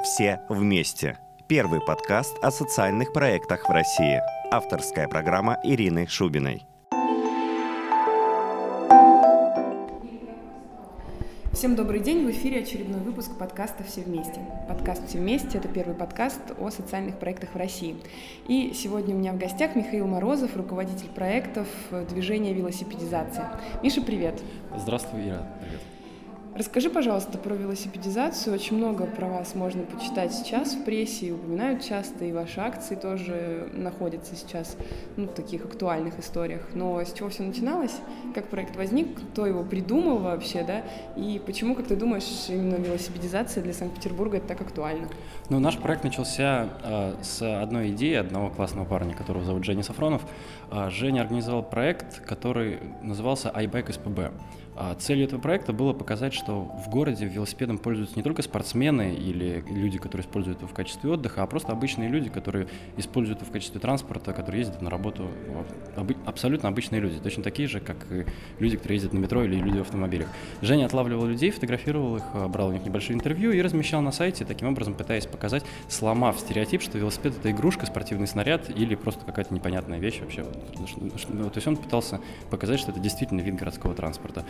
Все вместе. Первый подкаст о социальных проектах в России. Авторская программа Ирины Шубиной. Всем добрый день, в эфире очередной выпуск подкаста «Все вместе». Подкаст «Все вместе» — это первый подкаст о социальных проектах в России. И сегодня у меня в гостях Михаил Морозов, руководитель проектов движения «Велосипедизация». Миша, привет. Здравствуй, Ира. Привет. Расскажи, пожалуйста, про велосипедизацию. Очень много про вас можно почитать сейчас в прессе, и упоминают часто, и ваши акции тоже находятся сейчас в таких актуальных историях. Но с чего все начиналось? Как проект возник? Кто его придумал вообще, да? И почему, как ты думаешь, именно велосипедизация для Санкт-Петербурга это так актуально? Наш проект начался с одной идеи одного классного парня, которого зовут Женя Сафронов. Женя организовал проект, который назывался iBike СПБ. Целью этого проекта было показать, что в городе велосипедом пользуются не только спортсмены или люди, которые используют его в качестве отдыха, а просто обычные люди, которые используют его в качестве транспорта, которые ездят на работу. Абсолютно обычные люди, точно такие же, как и люди, которые ездят на метро или люди в автомобилях. Женя отлавливал людей, фотографировал их, брал у них небольшие интервью и размещал на сайте, таким образом пытаясь показать, сломав стереотип, что велосипед — это игрушка, спортивный снаряд или просто какая-то непонятная вещь вообще. То есть он пытался показать, что это действительно вид городского транспорта.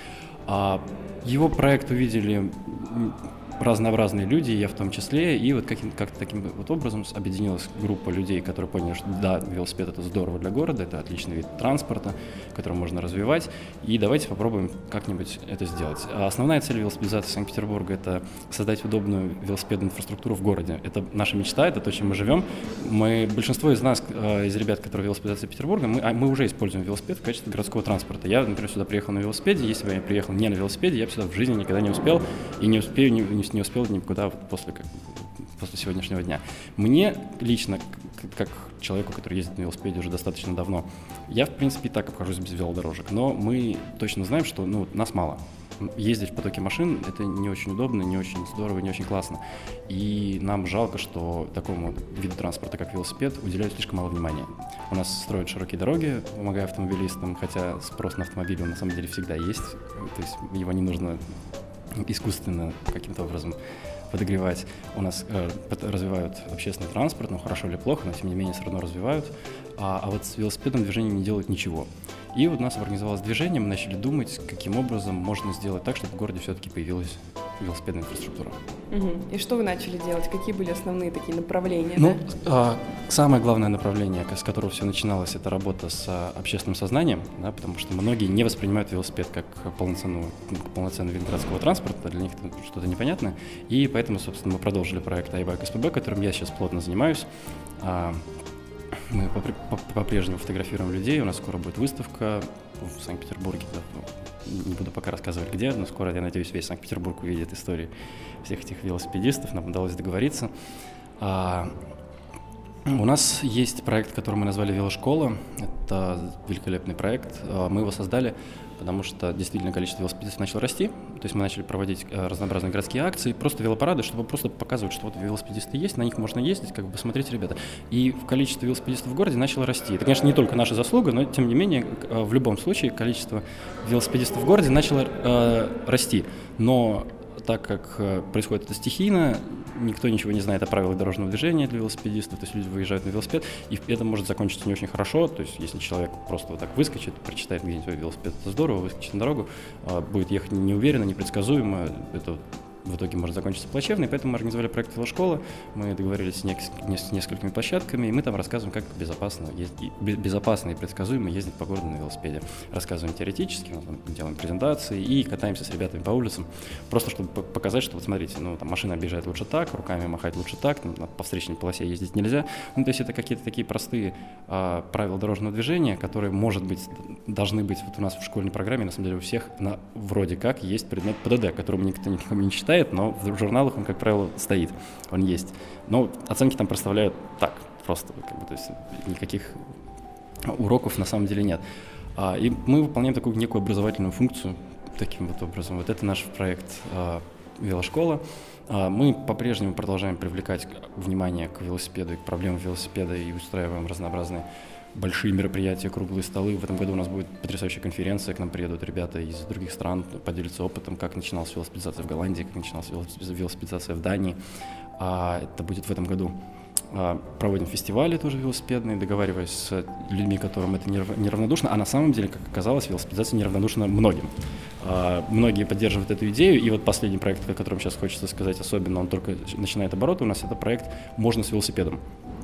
Его проект увидели разнообразные люди, я в том числе, и вот как-то таким вот образом объединилась группа людей, которые поняли, что да, велосипед — это здорово для города, это отличный вид транспорта, который можно развивать, и давайте попробуем как-нибудь это сделать. Основная цель велосипедизации Санкт-Петербурга — это создать удобную велосипедную инфраструктуру в городе. Это наша мечта, это то, чем мы живем. Большинство из нас, из ребят, которые велосипедизация Петербурга, мы уже используем велосипед в качестве городского транспорта. Я, например, сюда приехал на велосипеде, если бы я приехал не на велосипеде, я бы сюда в жизни никогда не успел и не успею не успел никуда после сегодняшнего дня. Мне лично, как человеку, который ездит на велосипеде уже достаточно давно, я, в принципе, и так обхожусь без велодорожек, но мы точно знаем, что нас мало. Ездить в потоке машин — это не очень удобно, не очень здорово, не очень классно. И нам жалко, что такому виду транспорта, как велосипед, уделяют слишком мало внимания. У нас строят широкие дороги, помогая автомобилистам, хотя спрос на автомобили на самом деле всегда есть, то есть его не нужно искусственно каким-то образом подогревать. У нас развивают общественный транспорт, хорошо или плохо, но тем не менее все равно развивают. А вот с велосипедным движением не делают ничего. И вот у нас организовалось движение, мы начали думать, каким образом можно сделать так, чтобы в городе все-таки появилась велосипедная инфраструктура. И что вы начали делать? Какие были основные такие направления? Самое главное направление, с которого все начиналось, это работа с общественным сознанием, да, потому что многие не воспринимают велосипед как полноценный вид городского транспорта, для них это что-то непонятное. И поэтому, собственно, мы продолжили проект iBike СПБ, которым я сейчас плотно занимаюсь. Мы по-прежнему фотографируем людей, у нас скоро будет выставка в Санкт-Петербурге. Не буду пока рассказывать где, но скоро, я надеюсь, весь Санкт-Петербург увидит истории всех этих велосипедистов, нам удалось договориться. У нас есть проект, который мы назвали «Велошкола». Это великолепный проект. Мы его создали, потому что действительно количество велосипедистов начало расти. То есть мы начали проводить разнообразные городские акции, просто велопарады, чтобы просто показывать, что вот велосипедисты есть, на них можно ездить, посмотрите, ребята. И количество велосипедистов в городе начало расти. Это, конечно, не только наша заслуга, но тем не менее, в любом случае, количество велосипедистов в городе начало расти. Но так как происходит это стихийно, никто ничего не знает о правилах дорожного движения для велосипедистов, то есть люди выезжают на велосипед, и это может закончиться не очень хорошо, то есть если человек просто вот так выскочит, прочитает где-нибудь велосипед, это здорово, выскочит на дорогу, будет ехать неуверенно, непредсказуемо, это в итоге может закончиться плачевно, и поэтому мы организовали проект «Велошкола». Мы договорились с несколькими площадками, и мы там рассказываем, как безопасно и предсказуемо ездить по городу на велосипеде. Рассказываем теоретически, делаем презентации и катаемся с ребятами по улицам, просто чтобы показать, что вот смотрите, машина объезжает лучше так, руками махать лучше так, по встречной полосе ездить нельзя. То есть это какие-то такие простые правила дорожного движения, которые, может быть, должны быть вот у нас в школьной программе, на самом деле у всех вроде как есть предмет ПДД, которому никто никому не читает, но в журналах он, как правило, стоит, он есть. Но оценки там проставляют так, просто, то есть никаких уроков на самом деле нет. И мы выполняем такую некую образовательную функцию таким вот образом. Вот это наш проект «Велошкола». Мы по-прежнему продолжаем привлекать внимание к велосипеду и к проблемам велосипеда и устраиваем разнообразные большие мероприятия, круглые столы. В этом году у нас будет потрясающая конференция, к нам приедут ребята из других стран, поделятся опытом, как начиналась велосипедизация в Голландии, как начиналась велосипедизация в Дании. Это будет в этом году. Проводим фестивали тоже велосипедные, договариваясь с людьми, которым это неравнодушно, а на самом деле, как оказалось, велосипедизация неравнодушна многим. Многие поддерживают эту идею, и вот последний проект, о котором сейчас хочется сказать особенно, он только начинает обороты, у нас это проект «Можно с велосипедом».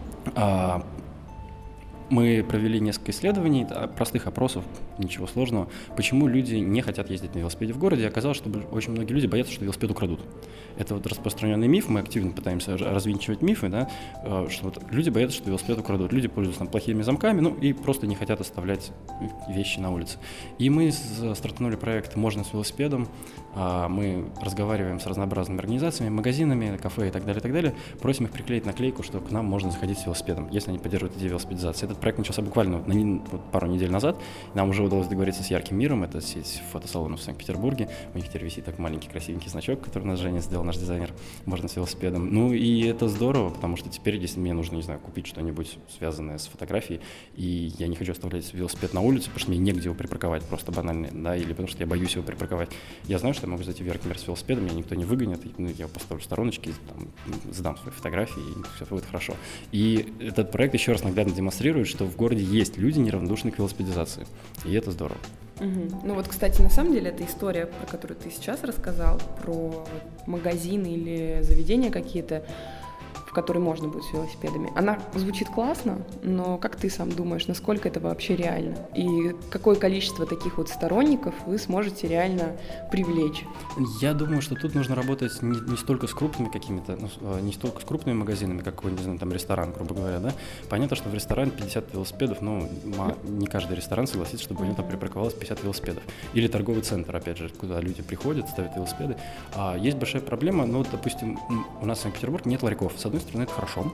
Мы провели несколько исследований, простых опросов, ничего сложного, почему люди не хотят ездить на велосипеде в городе. Оказалось, что очень многие люди боятся, что велосипед украдут. Это вот распространенный миф, мы активно пытаемся развенчивать мифы, да, что вот люди боятся, что велосипед украдут. Люди пользуются плохими замками, и просто не хотят оставлять вещи на улице. И мы стартанули проект «Можно с велосипедом». Мы разговариваем с разнообразными организациями, магазинами, кафе и так далее, просим их приклеить наклейку, что к нам можно заходить с велосипедом, если они поддерживают идею велосипедизации. Этот проект начался буквально пару недель назад. Нам уже удалось договориться с Ярким миром, это сеть фотосалонов в Санкт-Петербурге. У них теперь висит так маленький красивенький значок, который у нас Женя сделал, наш дизайнер, «Можно с велосипедом». И это здорово, потому что теперь, если мне нужно, не знаю, купить что-нибудь связанное с фотографией, и я не хочу оставлять велосипед на улице, потому что мне негде его припарковать, просто банально, да, или потому что я боюсь его припарковать. Я знаю, что я могу зайти в Яркий мир с велосипедом, меня никто не выгонит, я его поставлю в стороночке, сдам свои фотографии, и все будет хорошо. И этот проект еще раз наглядно демонстрирует, что в городе есть люди, неравнодушные к велосипедизации, и это здорово. Кстати, на самом деле, эта история, про которую ты сейчас рассказал, про магазины или заведения какие-то, в которые можно будет с велосипедами, она звучит классно, но как ты сам думаешь, насколько это вообще реально? И какое количество таких вот сторонников вы сможете реально привлечь? Я думаю, что тут нужно работать не столько с крупными какими-то, не столько с крупными магазинами, как какой-нибудь, не знаю, там ресторан, грубо говоря, да. Понятно, что в ресторан 50 велосипедов, не каждый ресторан согласится, чтобы у него там припарковалось 50 велосипедов. Или торговый центр, опять же, куда люди приходят, ставят велосипеды. Есть большая проблема, допустим, у нас в Санкт-Петербурге нет ларьков. С одной стороны, это хорошо.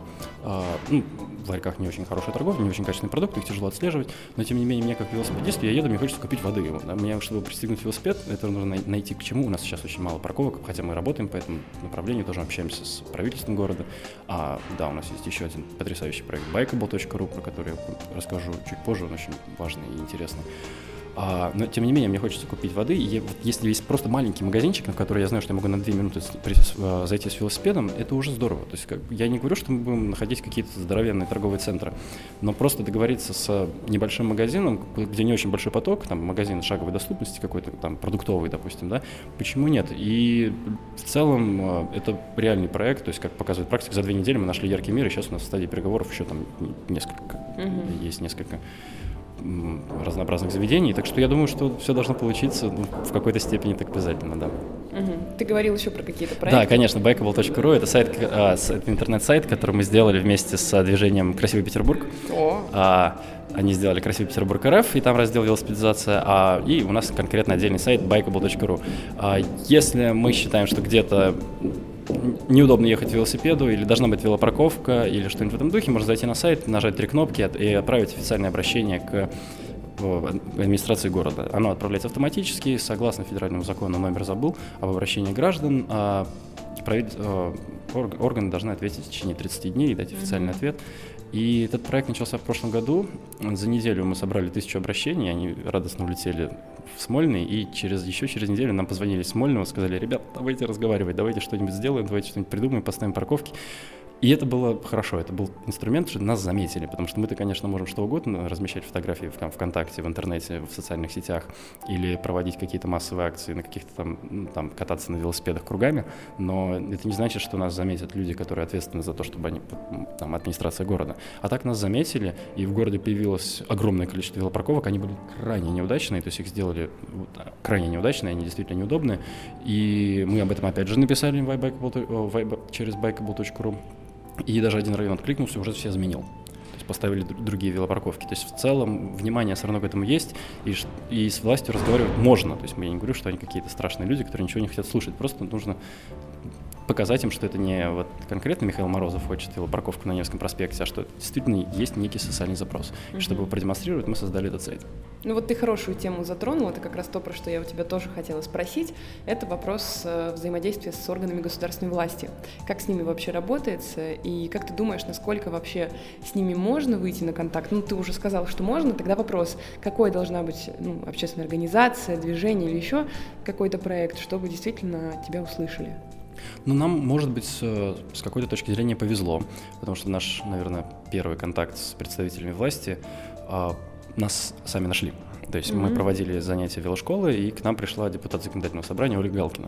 В ларьках не очень хорошая торговля, не очень качественные продукты, их тяжело отслеживать, но тем не менее, мне как велосипедисту, я еду, мне хочется купить воды. Да? Мне, чтобы пристегнуть велосипед, это нужно найти к чему. У нас сейчас очень мало парковок, хотя мы работаем по этому направлению, тоже общаемся с правительством города. Да, у нас есть еще один потрясающий проект bikeable.ru, про который я расскажу чуть позже, он очень важный и интересный. Но, тем не менее, мне хочется купить воды, и если есть просто маленький магазинчик, в который я знаю, что я могу на 2 минуты зайти с велосипедом, это уже здорово. То есть я не говорю, что мы будем находить какие-то здоровенные торговые центры, но просто договориться с небольшим магазином, где не очень большой поток, там магазин шаговой доступности какой-то, там продуктовый, допустим, да, почему нет? И в целом это реальный проект, то есть, как показывает практика, за 2 недели мы нашли Яркий мир, и сейчас у нас в стадии переговоров еще там есть несколько разнообразных заведений, так что я думаю, что все должно получиться в какой-то степени так обязательно, да. Ты говорил еще про какие-то проекты? Да, конечно, bikeable.ru — это сайт, это интернет-сайт, который мы сделали вместе с движением «Красивый Петербург». Они сделали «Красивый Петербург РФ», и там раздел «Велосипедизация», и у нас конкретно отдельный сайт bikeable.ru. Если мы считаем, что где-то неудобно ехать велосипеду, или должна быть велопарковка, или что-нибудь в этом духе, можно зайти на сайт, нажать 3 кнопки и отправить официальное обращение к администрации города. Оно отправляется автоматически, согласно федеральному закону, номер забыл, об обращении граждан. Органы должны ответить в течение 30 дней и дать официальный ответ. И этот проект начался в прошлом году. За неделю мы собрали 1000 обращений, они радостно улетели в Смольный, и еще через неделю нам позвонили из Смольного, сказали: ребят, давайте разговаривать, давайте что-нибудь сделаем, давайте что-нибудь придумаем, поставим парковки. И это было хорошо, это был инструмент, что нас заметили, потому что мы-то, конечно, можем что угодно размещать фотографии в ВКонтакте, в интернете, в социальных сетях, или проводить какие-то массовые акции, на каких-то там кататься на велосипедах кругами, но это не значит, что нас заметят люди, которые ответственны за то, чтобы администрация города. А так нас заметили, и в городе появилось огромное количество велопарковок, они были крайне неудачные, то есть их сделали крайне неудачные, они действительно неудобные, и мы об этом опять же написали через bikeable.ru. И даже один район откликнулся, уже все изменил. То есть поставили другие велопарковки. То есть в целом внимание все равно к этому есть, и с властью разговаривать можно. То есть я не говорю, что они какие-то страшные люди, которые ничего не хотят слушать. Просто нужно показать им, что это не вот конкретно Михаил Морозов хочет велопарковку на Невском проспекте, а что действительно есть некий социальный запрос. И чтобы его продемонстрировать, мы создали этот сайт. Ну вот ты хорошую тему затронул, это как раз то, про что я у тебя тоже хотела спросить. Это вопрос взаимодействия с органами государственной власти. Как с ними вообще работается, и как ты думаешь, насколько вообще с ними можно выйти на контакт? Ну, ты уже сказал, что можно, тогда вопрос, какой должна быть общественная организация, движение или еще какой-то проект, чтобы действительно тебя услышали? Ну, нам, может быть, с какой-то точки зрения повезло, потому что наш, наверное, первый контакт с представителями власти нас сами нашли. То есть мы проводили занятия велошколы, и к нам пришла депутат законодательного собрания Ольга Галкина.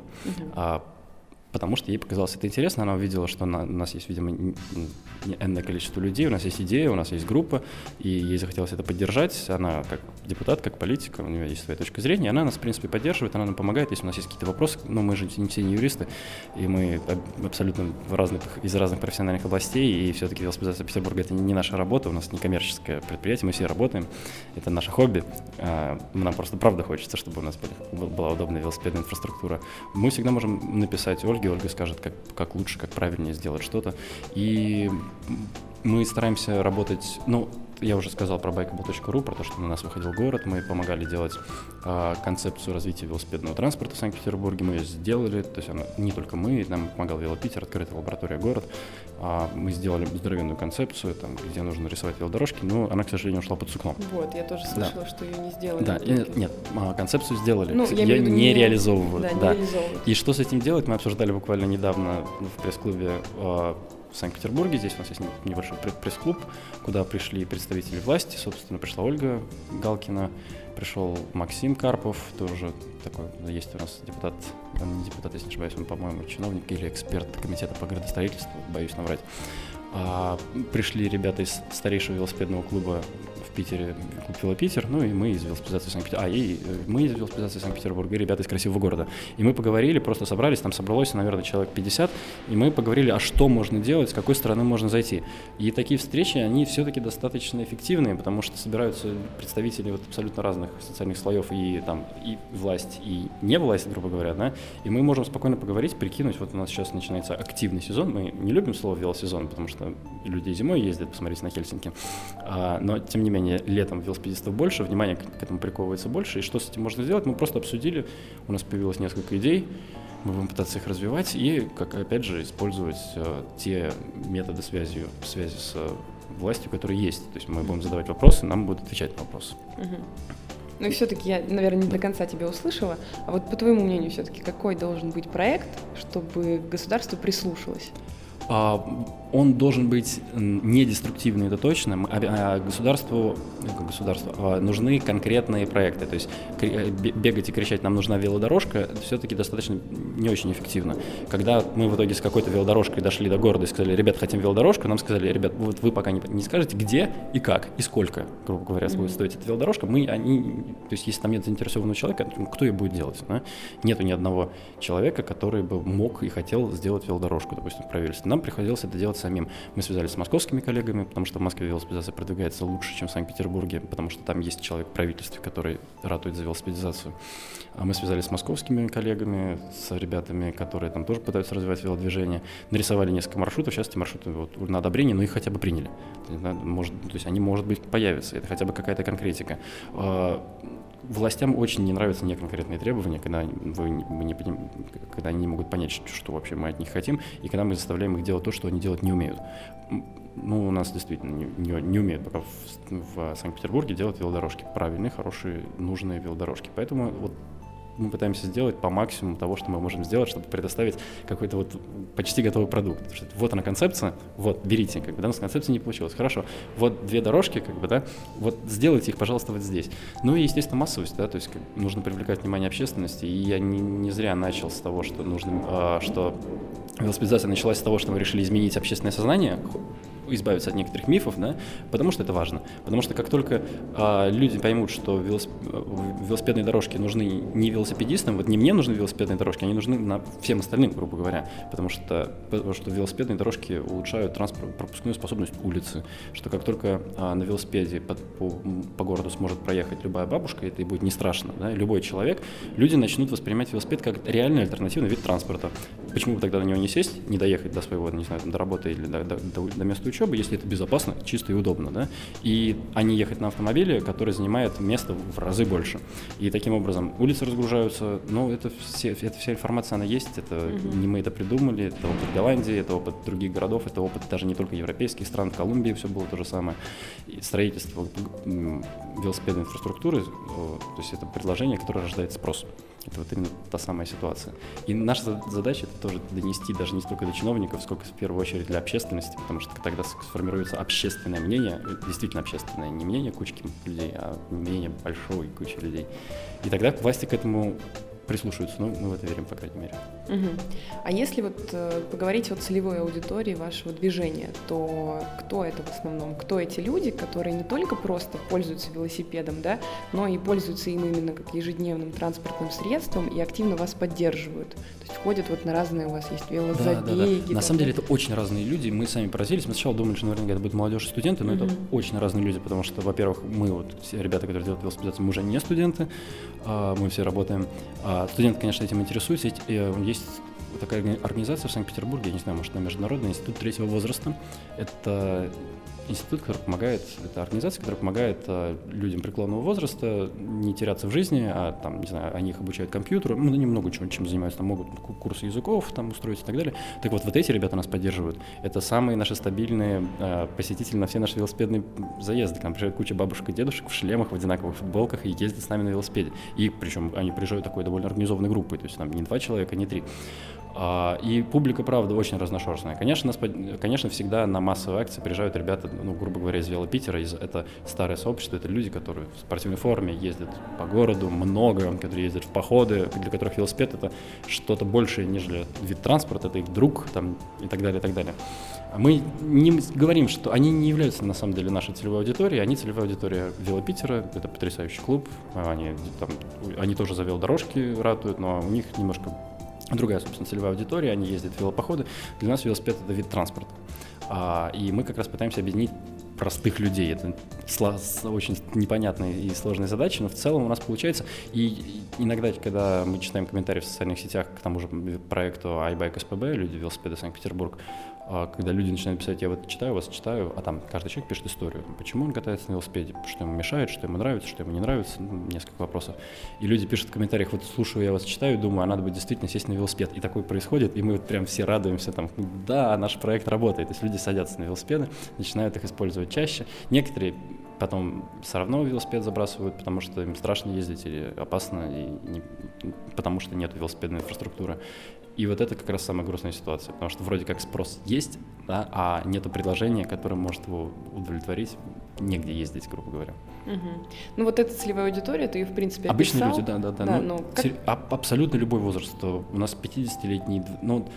Потому что ей показалось это интересно, она увидела, что у нас есть, видимо, энное количество людей, у нас есть идея, у нас есть группа, и ей захотелось это поддержать. Она как депутат, как политик, у нее есть своя точка зрения, она нас, в принципе, поддерживает, она нам помогает, если у нас есть какие-то вопросы. Но мы же все не юристы, и мы абсолютно из разных профессиональных областей, и все-таки велосипедизация Петербурга — это не наша работа, у нас не коммерческое предприятие, мы все работаем, это наше хобби. Нам просто правда хочется, чтобы у нас была удобная велосипедная инфраструктура. Мы всегда можем написать Ольге, Ольга скажет, как лучше, как правильнее сделать что-то. И мы стараемся работать, я уже сказал про bikeable.ru, про то, что на нас выходил город, мы помогали делать концепцию развития велосипедного транспорта в Санкт-Петербурге, мы ее сделали, то есть не только мы, нам помогал Велопитер, открытая лаборатория «Город», мы сделали здоровенную концепцию, где нужно рисовать велодорожки, но она, к сожалению, ушла под сукно. Вот, я тоже слышала, что ее не сделали. Да, нет, концепцию сделали, ее не реализовывают. Да, не реализовывают. И что с этим делать, мы обсуждали буквально недавно в пресс-клубе в Санкт-Петербурге. Здесь у нас есть небольшой пресс-клуб, куда пришли представители власти. Собственно, пришла Ольга Галкина, пришел Максим Карпов, тоже такой, есть у нас депутат, он не депутат, если не ошибаюсь, он, по-моему, чиновник или эксперт комитета по градостроительству, боюсь наврать. Пришли ребята из старейшего велосипедного клуба в Питере, клуб «Велопитер», и мы из велосипедизации Санкт-Петербурга, и ребята из «Красивого города». И мы поговорили, просто собрались, там собралось, наверное, человек 50, и мы поговорили, а что можно делать, с какой стороны можно зайти. И такие встречи, они все-таки достаточно эффективные, потому что собираются представители абсолютно разных социальных слоев, и власть, и не власть, грубо говоря, да, и мы можем спокойно поговорить, прикинуть, вот у нас сейчас начинается активный сезон, мы не любим слово «велосезон», потому что люди зимой ездят, посмотрите на Хельсинки, но, тем не менее, летом велосипедистов больше, внимание к этому приковывается больше, и что с этим можно сделать, мы просто обсудили, у нас появилось несколько идей, мы будем пытаться их развивать и, опять же, использовать те методы связи с властью, которые есть, то есть мы будем задавать вопросы, нам будут отвечать на вопросы. Ну и все-таки я, наверное, не до конца тебя услышала, а вот по твоему мнению все-таки какой должен быть проект, чтобы государство прислушалось? Он должен быть не деструктивный, это точно, а государству нужны конкретные проекты. То есть бегать и кричать «нам нужна велодорожка» все-таки достаточно не очень эффективно. Когда мы в итоге с какой-то велодорожкой дошли до города и сказали: ребят, хотим велодорожку, нам сказали: ребят, вот вы пока не скажете, где и как, и сколько, грубо говоря, будет стоить эта велодорожка, то есть если там нет заинтересованного человека, кто ее будет делать? Да? Нету ни одного человека, который бы мог и хотел сделать велодорожку, допустим, в правительстве. Нам приходилось это делать самим. Мы связались с московскими коллегами, потому что в Москве велосипедизация продвигается лучше, чем в Санкт-Петербурге, потому что там есть человек в правительстве, который ратует за велосипедизацию. А мы связались с московскими коллегами, с ребятами, которые там тоже пытаются развивать велодвижение. Нарисовали несколько маршрутов, сейчас эти маршруты на одобрение, но их хотя бы приняли. То есть они, может быть, появятся, это хотя бы какая-то конкретика. Властям очень не нравятся неконкретные требования, когда они не могут понять, что вообще мы от них хотим, и когда мы заставляем их делать то, что они делать не умеют. У нас действительно не умеют пока в Санкт-Петербурге делать велодорожки. Правильные, хорошие, нужные велодорожки. Поэтому мы пытаемся сделать по максимуму того, что мы можем сделать, чтобы предоставить какой-то почти готовый продукт. Потому что вот она концепция, берите, у нас концепция не получилась. Хорошо, вот 2 дорожки, сделайте их, пожалуйста, вот здесь. И, естественно, массовость, то есть нужно привлекать внимание общественности, и я не зря начал с того, что велосипедизация началась с того, что мы решили изменить общественное сознание избавиться от некоторых мифов, да, потому что это важно. Потому что как только люди поймут, что велосипедные дорожки нужны не велосипедистам, вот не мне нужны велосипедные дорожки, они нужны всем остальным, грубо говоря, потому что велосипедные дорожки улучшают пропускную способность улицы, что как только на велосипеде по городу сможет проехать любая бабушка, это и будет не страшно, да, любой человек, люди начнут воспринимать велосипед как реальный альтернативный вид транспорта. Почему бы тогда на него не сесть, не доехать до своего, не знаю, до работы или до места учебы, если это безопасно, чисто и удобно, да, а не ехать на автомобиле, который занимает место в разы больше. И таким образом улицы разгружаются, но эта вся информация, она есть, это не мы это придумали, это опыт Голландии, это опыт других городов, это опыт даже не только европейских стран, в Колумбии все было то же самое. И строительство велосипедной инфраструктуры, то есть это предложение, которое рождает спрос. Это вот именно та самая ситуация. И наша задача — это тоже донести даже не столько до чиновников, сколько в первую очередь для общественности, потому что тогда сформируется общественное мнение, действительно общественное, не мнение кучки людей, а мнение большой кучи людей. И тогда власти к этому прислушиваются, ну, мы в это верим, по крайней мере. А если вот поговорить о целевой аудитории вашего движения, то кто это в основном? Кто эти люди, которые не только просто пользуются велосипедом, да, но и пользуются им именно как ежедневным транспортным средством и активно вас поддерживают? То есть входят вот на разные, у вас есть велозабеги. Да. На самом деле это очень разные люди, мы сами поразились. Мы сначала думали, что наверняка это будут молодежь и студенты, но это очень разные люди, потому что, во-первых, мы вот, все ребята, которые делают велосипедацию, мы уже не студенты, мы все работаем. Студенты, конечно, этим интересуются. Есть такая организация в Санкт-Петербурге, я не знаю, может, она международная, Институт третьего возраста. Это институт, который помогает, это организация, которая помогает людям преклонного возраста не теряться в жизни, а там, не знаю, они их обучают компьютеру, ну, немного чем занимаются, там могут курсы языков там устроить и так далее. Так вот эти ребята нас поддерживают. Это самые наши стабильные посетители на все наши велосипедные заезды. К нам приезжает куча бабушек и дедушек в шлемах, в одинаковых футболках и ездят с нами на велосипеде. И причем они приезжают такой довольно организованной группой, то есть там не 2 человека, не 3. И публика, правда, очень разношерстная. Конечно, всегда на массовые акции приезжают ребята, ну, грубо говоря, из Велопитера, это старое сообщество, это люди, которые в спортивной форме ездят по городу, много, которые ездят в походы, для которых велосипед — это что-то большее, нежели вид транспорта, это их друг там, и так далее, и так далее. Мы не говорим, что они не являются на самом деле нашей целевой аудиторией, они целевая аудитория Велопитера, это потрясающий клуб, они тоже за велодорожки ратуют, но у них немножко другая, собственно, целевая аудитория, они ездят в велопоходы. Для нас велосипед — это вид транспорта. И мы как раз пытаемся объединить простых людей. Это очень непонятная и сложная задача, но в целом у нас получается. И иногда, когда мы читаем комментарии в социальных сетях к тому же проекту iBike СПБ, люди велосипеда Санкт-Петербург, когда люди начинают писать: я вот читаю вас, читаю, а там каждый человек пишет историю, почему он катается на велосипеде, что ему мешает, что ему нравится, что ему не нравится, несколько вопросов. И люди пишут в комментариях: вот слушаю, я вас читаю, думаю, а надо бы действительно сесть на велосипед. И такое происходит, и мы вот прям все радуемся, там, да, наш проект работает. То есть люди садятся на велосипеды, начинают их использовать чаще. Некоторые потом все равно велосипед забрасывают, потому что им страшно ездить или опасно, потому что нет велосипедной инфраструктуры. И вот это как раз самая грустная ситуация, потому что вроде как спрос есть, да, а нету предложения, которое может его удовлетворить, негде ездить, грубо говоря. Ну вот эта целевая аудитория, ты ее, в принципе, описал. Обычные люди, да. Ну, абсолютно любой возраст. У нас 50-летние,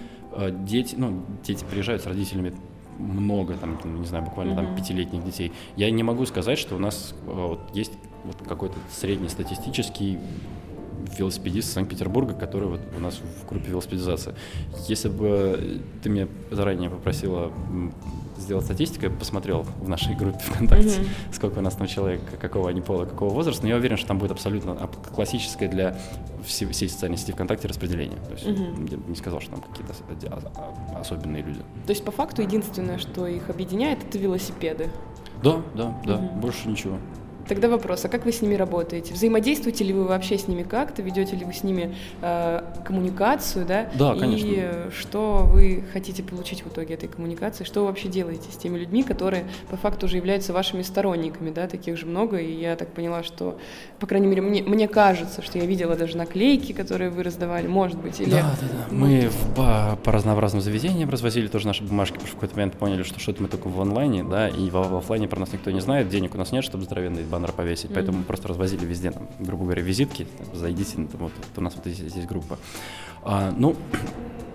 дети приезжают с родителями, много, там, не знаю, буквально там 5-летних детей. Я не могу сказать, что у нас есть какой-то среднестатистический велосипедист Санкт-Петербурга, который вот у нас в группе велосипедизации. Если бы ты меня заранее попросила сделать статистику, я бы посмотрел в нашей группе ВКонтакте, сколько у нас там человек, какого они пола, какого возраста, но я уверен, что там будет абсолютно классическое для всей социальной сети ВКонтакте распределение. То есть я не сказал, что там какие-то особенные люди. То есть по факту единственное, что их объединяет, это велосипеды? Да, больше ничего. Тогда вопрос, а как вы с ними работаете? Взаимодействуете ли вы вообще с ними как-то? Ведете ли вы с ними коммуникацию, да? Да, конечно. И что вы хотите получить в итоге этой коммуникации? Что вы вообще делаете с теми людьми, которые по факту уже являются вашими сторонниками, да? Таких же много, и я так поняла, что, по крайней мере, мне кажется, что я видела даже наклейки, которые вы раздавали, может быть, или... Да. Мы по разнообразным заведениям развозили тоже наши бумажки, потому что в какой-то момент поняли, что что-то мы только в онлайне, да, и в офлайне про нас никто не знает, денег у нас нет, чтобы здоровенный баннер повесить, поэтому мы просто развозили везде, там, грубо говоря, визитки, зайдите, вот у нас вот здесь группа.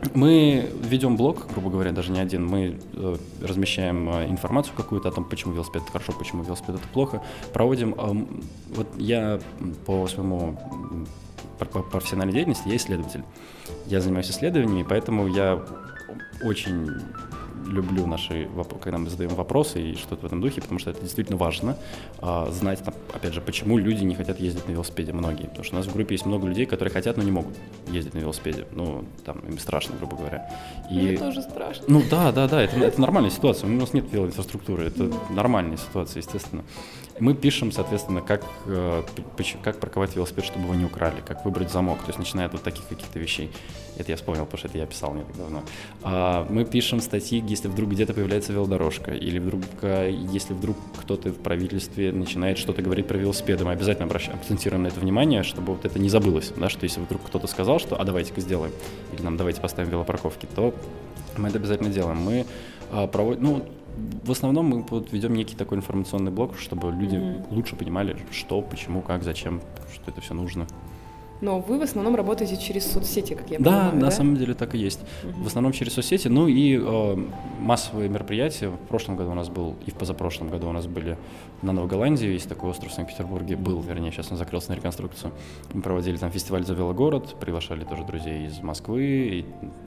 Мы ведем блог, грубо говоря, даже не один. Мы размещаем информацию какую-то о том, почему велосипед это хорошо, почему велосипед это плохо. Проводим... Вот я по своему профессиональной деятельности, я исследователь. Я занимаюсь исследованиями, поэтому я очень люблю когда мы задаем вопросы и что-то в этом духе, потому что это действительно важно знать, опять же, почему люди не хотят ездить на велосипеде, многие. Потому что у нас в группе есть много людей, которые хотят, но не могут ездить на велосипеде. Ну, там, им страшно, грубо говоря. Мне тоже страшно. Ну, да, это нормальная ситуация. У нас нет велоинфраструктуры, это нормальная ситуация, естественно. Мы пишем, соответственно, как парковать велосипед, чтобы его не украли, как выбрать замок, то есть начиная от вот таких каких-то вещей. Это я вспомнил, потому что это я писал не так давно. Мы пишем статьи, если вдруг где-то появляется велодорожка, или если вдруг кто-то в правительстве начинает что-то говорить про велосипеды, мы обязательно акцентируем на это внимание, чтобы вот это не забылось, да, что если вдруг кто-то сказал, что давайте-ка сделаем, или нам давайте поставим велопарковки, то мы это обязательно делаем. Мы проводим, в основном мы ведем некий такой информационный блок, чтобы люди лучше понимали, что, почему, как, зачем, что это все нужно. Но вы в основном работаете через соцсети, как я понимаю, да? Да, на самом деле так и есть. В основном через соцсети, ну и массовые мероприятия. В прошлом году у нас был, и в позапрошлом году у нас были на Новой Голландии, есть такой остров в Санкт-Петербурге, сейчас он закрылся на реконструкцию. Мы проводили там фестиваль «За велогород», приглашали тоже друзей из Москвы,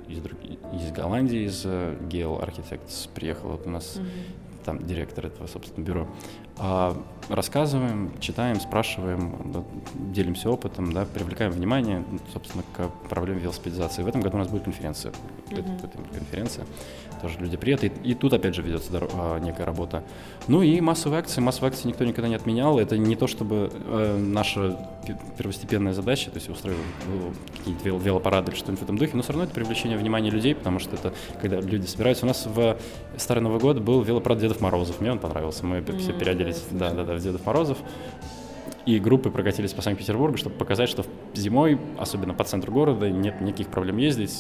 из Голландии, из Gale Architects приехал вот у нас. Там директор этого, собственно, бюро. Рассказываем, читаем, спрашиваем, делимся опытом, да, привлекаем внимание, собственно, к проблеме велосипедизации. В этом году у нас будет конференция. Конференция. Тоже люди приедут. И тут, опять же, ведется некая работа. Ну и массовые акции. Массовые акции никто никогда не отменял. Это не то, чтобы наша первостепенная задача, то есть устроить какие-то велопарады или что-нибудь в этом духе, но все равно это привлечение внимания людей, потому что это, когда люди собираются. У нас в Старый Новый год был велопарад Дедов Морозов. Мне он понравился. Мы все переоделись в Дедов Морозов. И группы прокатились по Санкт-Петербургу, чтобы показать, что зимой, особенно по центру города, нет никаких проблем ездить.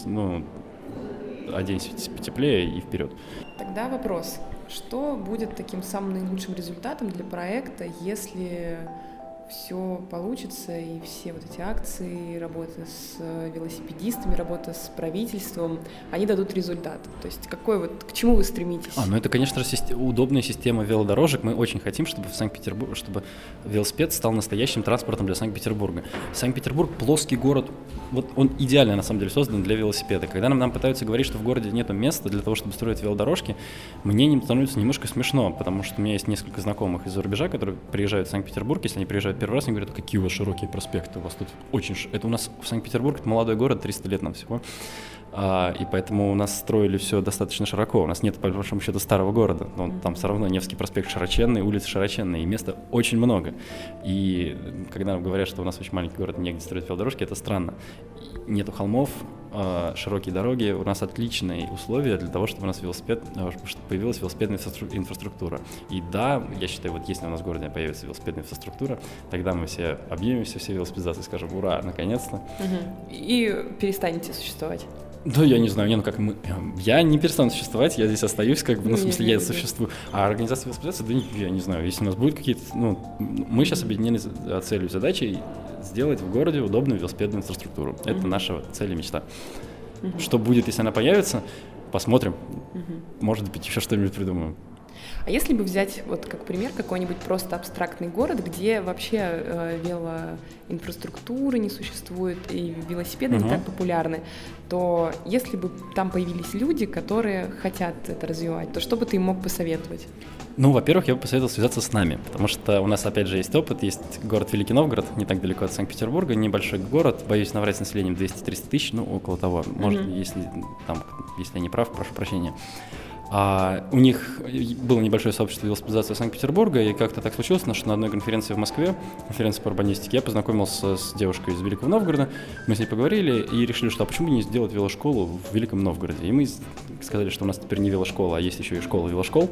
Оденься потеплее и вперед. Тогда вопрос. Что будет таким самым наилучшим результатом для проекта, если все получится, и все вот эти акции, работа с велосипедистами, работа с правительством, они дадут результат? То есть к чему вы стремитесь? Это, конечно же, удобная система велодорожек. Мы очень хотим, чтобы чтобы велосипед стал настоящим транспортом для Санкт-Петербурга. Санкт-Петербург — плоский город, вот он идеально, на самом деле, создан для велосипеда. Когда нам пытаются говорить, что в городе нет места для того, чтобы строить велодорожки, мне становится немножко смешно, потому что у меня есть несколько знакомых из-за рубежа, которые приезжают в Санкт-Петербург. Если они приезжают первый раз, они говорят: какие у вас широкие проспекты, у вас тут это у нас в Санкт-Петербург — это молодой город, 300 лет нам всего, и поэтому у нас строили все достаточно широко, у нас нет, по большому счету, старого города, но там все равно Невский проспект широченный, улицы широченные, и места очень много, и когда говорят, что у нас очень маленький город, негде строить велодорожки, это странно. Нету холмов, широкие дороги, у нас отличные условия для того, чтобы у нас чтобы появилась велосипедная инфраструктура. И да, я считаю, вот если у нас в городе появится велосипедная инфраструктура, тогда мы все объединимся, все велосипедизации, скажем: ура, наконец-то. И перестанете существовать. Да, я не знаю, я не перестану существовать, я здесь остаюсь, в смысле, я существую. А организация велосипедизации, да, я не знаю, если у нас будет какие-то, мы сейчас объединены целью, задачей сделать в городе удобную велосипедную инфраструктуру. Это наша цель и мечта. Что будет, если она появится, посмотрим. Может быть, еще что-нибудь придумаем. А если бы взять, вот как пример, какой-нибудь просто абстрактный город, где вообще велоинфраструктуры не существует и велосипеды не так популярны, то если бы там появились люди, которые хотят это развивать, то что бы ты им мог посоветовать? Во-первых, я бы посоветовал связаться с нами, потому что у нас, опять же, есть опыт, есть город Великий Новгород, не так далеко от Санкт-Петербурга, небольшой город, боюсь наврать, с населением 200-300 тысяч, около того, может, если я не прав, прошу прощения. У них было небольшое сообщество велосипедизации Санкт-Петербурга, и как-то так случилось, что на одной конференции в Москве, конференции по урбанистике, я познакомился с девушкой из Великого Новгорода, мы с ней поговорили и решили, что почему не сделать велошколу в Великом Новгороде. И мы сказали, что у нас теперь не велошкола, а есть еще и школа велошкол.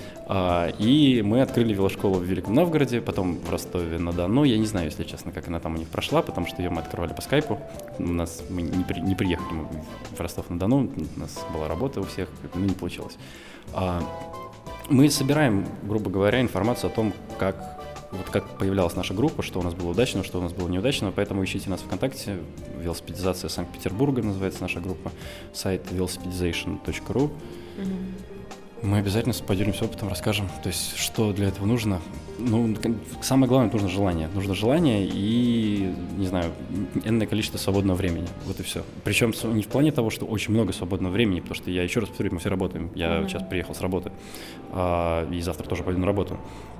И мы открыли велошколу в Великом Новгороде, потом в Ростове-на-Дону. Я не знаю, если честно, как она там у них прошла, потому что ее мы открывали по скайпу. Мы не приехали в Ростов-на-Дону, у нас была работа у всех, не получилось. Мы собираем, грубо говоря, информацию о том, как вот как появлялась наша группа, что у нас было удачно, что у нас было неудачно, поэтому ищите нас ВКонтакте, велосипедизация Санкт-Петербурга называется наша группа, сайт velocipedization.ru. Мы обязательно поделимся опытом, расскажем, то есть, что для этого нужно. Ну, самое главное, нужно желание. Нужно желание и, не знаю, энное количество свободного времени. Вот и все. Причем не в плане того, что очень много свободного времени, потому что я еще раз повторю, мы все работаем. Я сейчас приехал с работы, и завтра тоже пойду на работу.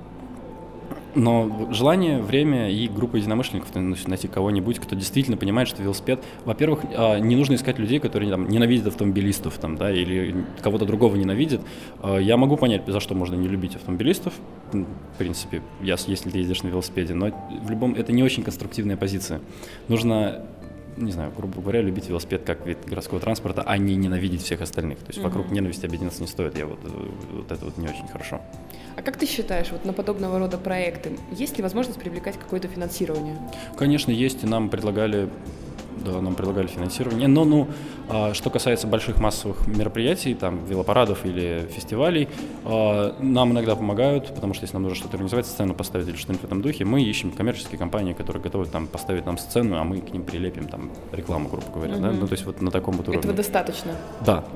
Но желание, время и группа единомышленников, найти кого-нибудь, кто действительно понимает, что велосипед... Во-первых, не нужно искать людей, которые там ненавидят автомобилистов там, да, или кого-то другого ненавидят. Я могу понять, за что можно не любить автомобилистов, в принципе, если ты ездишь на велосипеде, но в любом... Это не очень конструктивная позиция. Нужно, не знаю, грубо говоря, любить велосипед как вид городского транспорта, а не ненавидеть всех остальных. То есть вокруг ненависти объединяться не стоит. Вот это вот не очень хорошо. А как ты считаешь, вот на подобного рода проекты есть ли возможность привлекать какое-то финансирование? Конечно, есть, и нам предлагали финансирование. Но что касается больших массовых мероприятий, там, велопарадов или фестивалей, нам иногда помогают, потому что если нам нужно что-то организовать, сцену поставить или что-нибудь в этом духе, мы ищем коммерческие компании, которые готовы там поставить нам сцену, а мы к ним прилепим там рекламу, грубо говоря. Да? Ну, то есть вот на таком вот уровне. Этого достаточно? Да.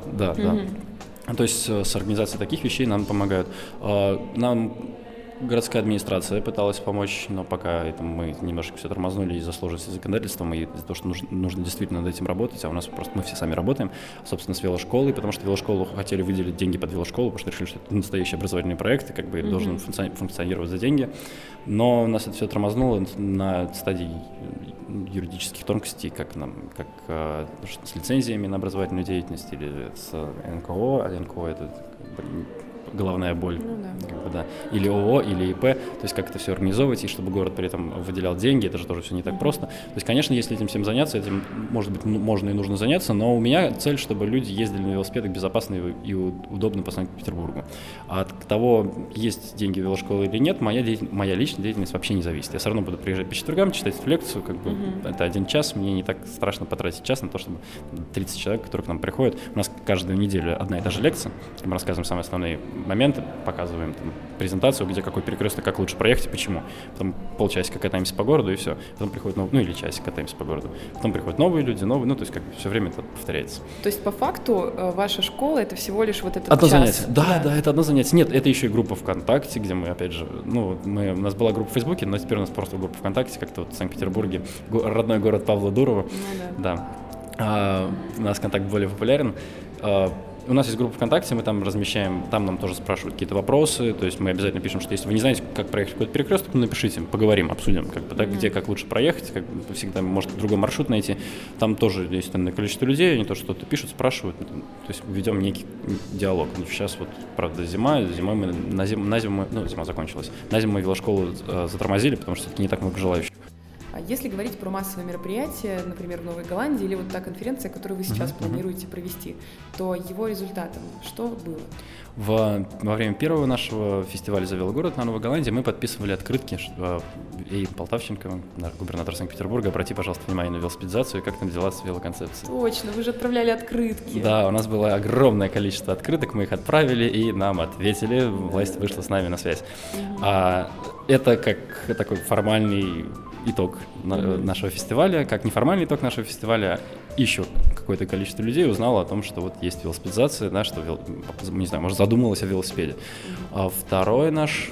То есть с организацией таких вещей нам помогают. Нам городская администрация пыталась помочь, но пока мы немножко все тормознули из-за сложности законодательством и из-за того, что нужно действительно над этим работать, а у нас просто мы все сами работаем, собственно, с велошколой, потому что велошколу хотели выделить деньги под велошколу, потому что решили, что это настоящий образовательный проект, и как бы должен функционировать за деньги. Но у нас это все тормознуло на стадии юридических тонкостей, как с лицензиями на образовательную деятельность или с НКО, а НКО это головная боль, или ООО, или ИП, то есть как это все организовывать, и чтобы город при этом выделял деньги, это же тоже все не так просто. То есть, конечно, если этим всем заняться, этим, может быть, можно и нужно заняться, но у меня цель, чтобы люди ездили на велосипедах безопасно и удобно по Санкт-Петербургу. А от того, есть деньги в велошколы или нет, моя личная деятельность вообще не зависит. Я все равно буду приезжать по четвергам, читать эту лекцию, это 1 час, мне не так страшно потратить час на то, чтобы 30 человек, которые к нам приходят, у нас каждую неделю одна и та же лекция, мы рассказываем самые основные моменты, показываем там презентацию, где какой перекресток, как лучше проехать, почему. Потом полчасика катаемся по городу и все. Потом приходят или часик катаемся по городу. Потом приходят новые люди, то есть как бы все время это повторяется. То есть по факту ваша школа — это всего лишь вот этот одно час? Занятие. Да, это одно занятие. Нет, это еще и группа ВКонтакте, где мы, опять же, у нас была группа в Фейсбуке, но теперь у нас просто группа ВКонтакте, как-то вот в Санкт-Петербурге, родной город Павла Дурова. Да. У нас контакт более популярен. У нас есть группа ВКонтакте, мы там размещаем, там нам тоже спрашивают какие-то вопросы, то есть мы обязательно пишем, что если вы не знаете, как проехать какой-то перекресток, напишите, поговорим, обсудим, где как лучше проехать, как всегда, может, другой маршрут найти. Там тоже есть количество людей, они тоже что-то пишут, спрашивают, то есть ведем некий диалог. Сейчас вот, правда, зимой мы на зиму, зима закончилась, на зиму мы велошколу затормозили, потому что все-таки не так много желающих. А если говорить про массовые мероприятия, например, в Новой Голландии, или вот та конференция, которую вы сейчас планируете провести, то его результатом что было? Во время первого нашего фестиваля «За велогород» на Новой Голландии мы подписывали открытки, и Полтавченко, наш губернатор Санкт-Петербурга, обрати, пожалуйста, внимание на велосипедизацию, как там дела с велоконцепцией. Точно, вы же отправляли открытки. Да, у нас было огромное количество открыток, мы их отправили, и нам ответили, власть вышла с нами на связь. Это как такой формальный итог нашего фестиваля, как неформальный итог нашего фестиваля, еще какое-то количество людей узнало о том, что вот есть велосипедизация, да, что, не знаю, может, задумалась о велосипеде. А второй наш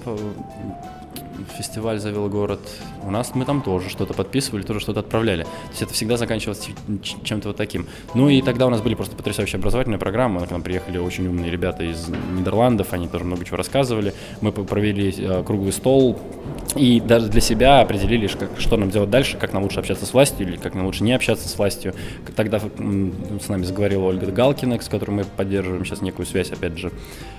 фестиваль «За велогород», мы там тоже что-то подписывали, тоже что-то отправляли. То есть это всегда заканчивалось чем-то вот таким. И тогда у нас были просто потрясающие образовательные программы. К нам приехали очень умные ребята из Нидерландов, они тоже много чего рассказывали. Мы провели круглый стол и даже для себя определили, что нам делать дальше, как нам лучше общаться с властью или как нам лучше не общаться с властью. Тогда с нами заговорила Ольга Галкина, с которой мы поддерживаем сейчас некую связь, опять же.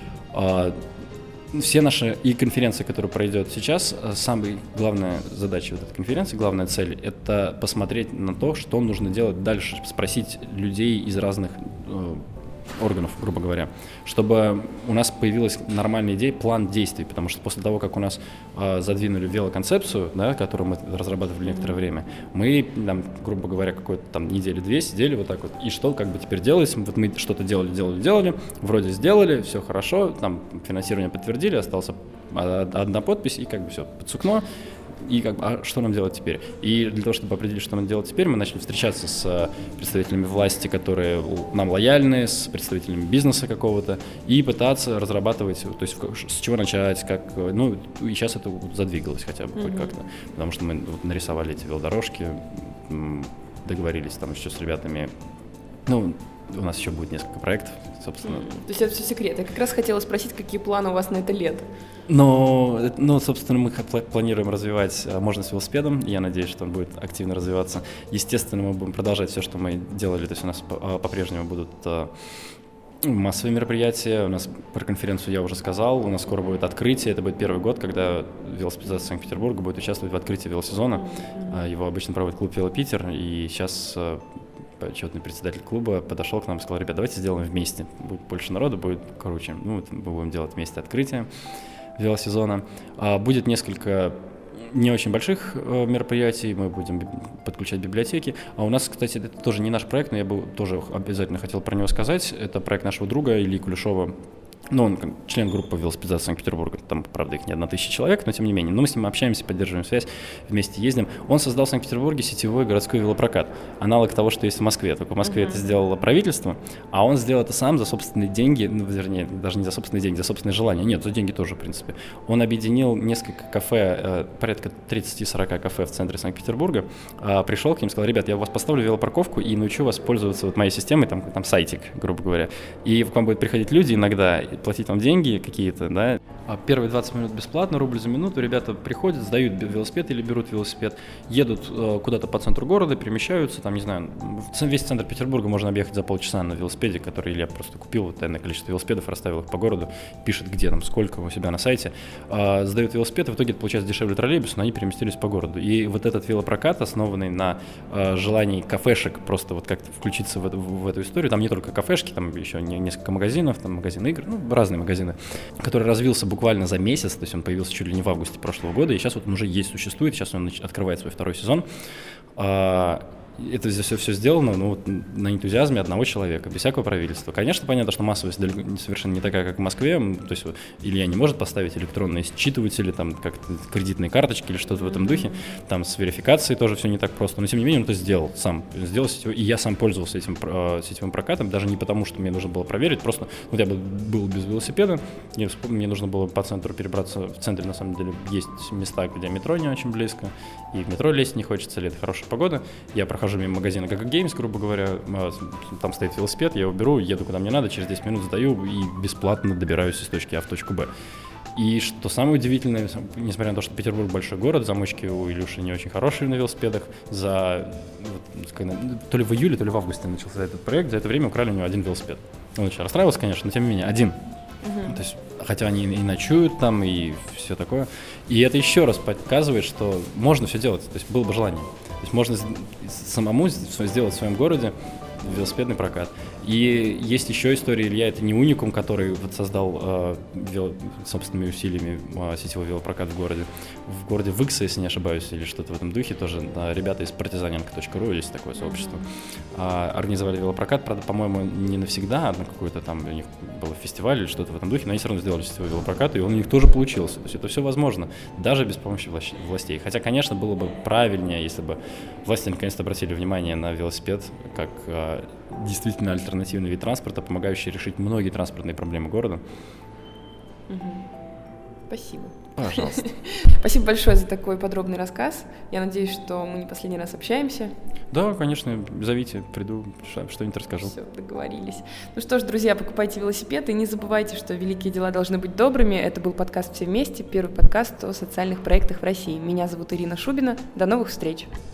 Все наши и конференции, которая пройдет сейчас, самая главная задача вот этой конференции, главная цель — это посмотреть на то, что нужно делать дальше, спросить людей из разных органов, грубо говоря, чтобы у нас появилась нормальная идея, план действий, потому что после того, как у нас задвинули велоконцепцию, да, которую мы разрабатывали некоторое время, мы, там, грубо говоря, какой-то там недели-две сидели вот так вот, и что как бы теперь делать? Вот мы что-то делали, вроде сделали, все хорошо, там финансирование подтвердили, осталась одна подпись, и как бы все, под сукно. И как бы, что нам делать теперь? И для того, чтобы определить, что нам делать теперь, мы начали встречаться с представителями власти, которые нам лояльны, с представителями бизнеса какого-то, и пытаться разрабатывать, то есть с чего начать, как, ну, и сейчас это задвигалось хотя бы хоть как-то, потому что мы нарисовали эти велодорожки, договорились там еще с ребятами, ну, у нас еще будет несколько проектов, собственно. То есть это все секрет. Я как раз хотела спросить, какие планы у вас на это лето? Но, собственно, мы планируем развивать можно с велосипедом. Я надеюсь, что он будет активно развиваться. Естественно, мы будем продолжать все, что мы делали. То есть у нас по-прежнему будут массовые мероприятия. У нас про конференцию я уже сказал. У нас скоро будет открытие. Это будет первый год, когда велосипедизация Санкт-Петербурга будет участвовать в открытии велосезона. Его обычно проводит клуб «Велопитер». И сейчас почетный председатель клуба подошел к нам и сказал: ребят, давайте сделаем вместе. Будет больше народу, будет круче. Ну, вот мы будем делать вместе открытие велосезона. Будет несколько не очень больших мероприятий, мы будем подключать библиотеки. А у нас, кстати, это тоже не наш проект, но я бы тоже обязательно хотел про него сказать. Это проект нашего друга Ильи Кулешова. Ну, он член группы велосипедизации Санкт-Петербурга, там, правда, их не 1000 человек, но тем не менее. Но мы с ним общаемся, поддерживаем связь, вместе ездим. Он создал в Санкт-Петербурге сетевой городской велопрокат, аналог того, что есть в Москве. Только в Москве это сделало правительство, а он сделал это сам за собственные деньги, ну, вернее, даже не за собственные деньги, за собственные желания. Нет, за деньги тоже, в принципе. Он объединил несколько кафе, порядка 30-40 кафе в центре Санкт-Петербурга, пришел к ним, сказал: ребят, я у вас поставлю велопарковку и научу вас пользоваться вот моей системой, там сайтик, грубо говоря. И к вам будут приходить люди иногда, платить вам деньги какие-то, да. Первые 20 минут бесплатно, рубль за минуту. Ребята приходят, сдают велосипед или берут велосипед, едут куда-то по центру города, перемещаются, там, не знаю, весь центр Петербурга можно объехать за полчаса на велосипеде, который Илья просто купил, вот энное количество велосипедов, расставил их по городу, пишет, где там, сколько у себя на сайте, сдают велосипед, и в итоге это получается дешевле троллейбуса, но они переместились по городу. И вот этот велопрокат, основанный на желании кафешек просто вот как-то включиться в эту историю, там не только кафешки, там еще несколько магазинов, там магазины игр, ну, разные магазины, который развился буквально за месяц, то есть он появился чуть ли не в августе прошлого года, и сейчас вот он уже есть, существует, сейчас он открывает свой второй сезон. Это все сделано, ну, вот, на энтузиазме одного человека, без всякого правительства. Конечно, понятно, что массовость совершенно не такая, как в Москве. То есть Илья не может поставить электронные считыватели, там, как-то кредитные карточки или что-то в этом духе. Там с верификацией тоже все не так просто. Но тем не менее он это сделал сам. И я сам пользовался этим сетевым прокатом, даже не потому, что мне нужно было проверить. Просто вот я был без велосипеда, мне нужно было по центру перебраться. В центре, на самом деле, есть места, где метро не очень близко, и в метро лезть не хочется, лето, хорошая погода. Я прохожу мимо магазина GG Games, грубо говоря, там стоит велосипед, я его беру, еду куда мне надо, через 10 минут сдаю и бесплатно добираюсь из точки А в точку Б. И что самое удивительное, несмотря на то, что Петербург большой город, замочки у Илюши не очень хорошие на велосипедах, то ли в июле, то ли в августе начался этот проект, за это время украли у него один велосипед. Он очень расстраивался, конечно, но тем не менее, один. То есть, хотя они и ночуют там, и все такое. И это еще раз показывает, что можно все делать, то есть было бы желание. То есть можно самому сделать в своем городе велосипедный прокат. И есть еще история, Илья, это не уникум, который вот создал собственными усилиями сетевой велопрокат в городе. В городе Выкса, если не ошибаюсь, или что-то в этом духе, тоже ребята из партизаненко.ру, есть такое сообщество, организовали велопрокат, правда, по-моему, не навсегда, на какой-то там у них был фестиваль или что-то в этом духе, но они все равно сделали сетевой велопрокат, и он у них тоже получился. То есть это все возможно, даже без помощи властей. Хотя, конечно, было бы правильнее, если бы власти наконец-то обратили внимание на велосипед как действительно альтернативный вид транспорта, помогающий решить многие транспортные проблемы города. Спасибо. Пожалуйста. Спасибо большое за такой подробный рассказ. Я надеюсь, что мы не последний раз общаемся. Да, конечно, зовите, приду, что-нибудь расскажу. Все, договорились. Ну что ж, друзья, покупайте велосипед и не забывайте, что великие дела должны быть добрыми. Это был подкаст «Все вместе», первый подкаст о социальных проектах в России. Меня зовут Ирина Шубина. До новых встреч!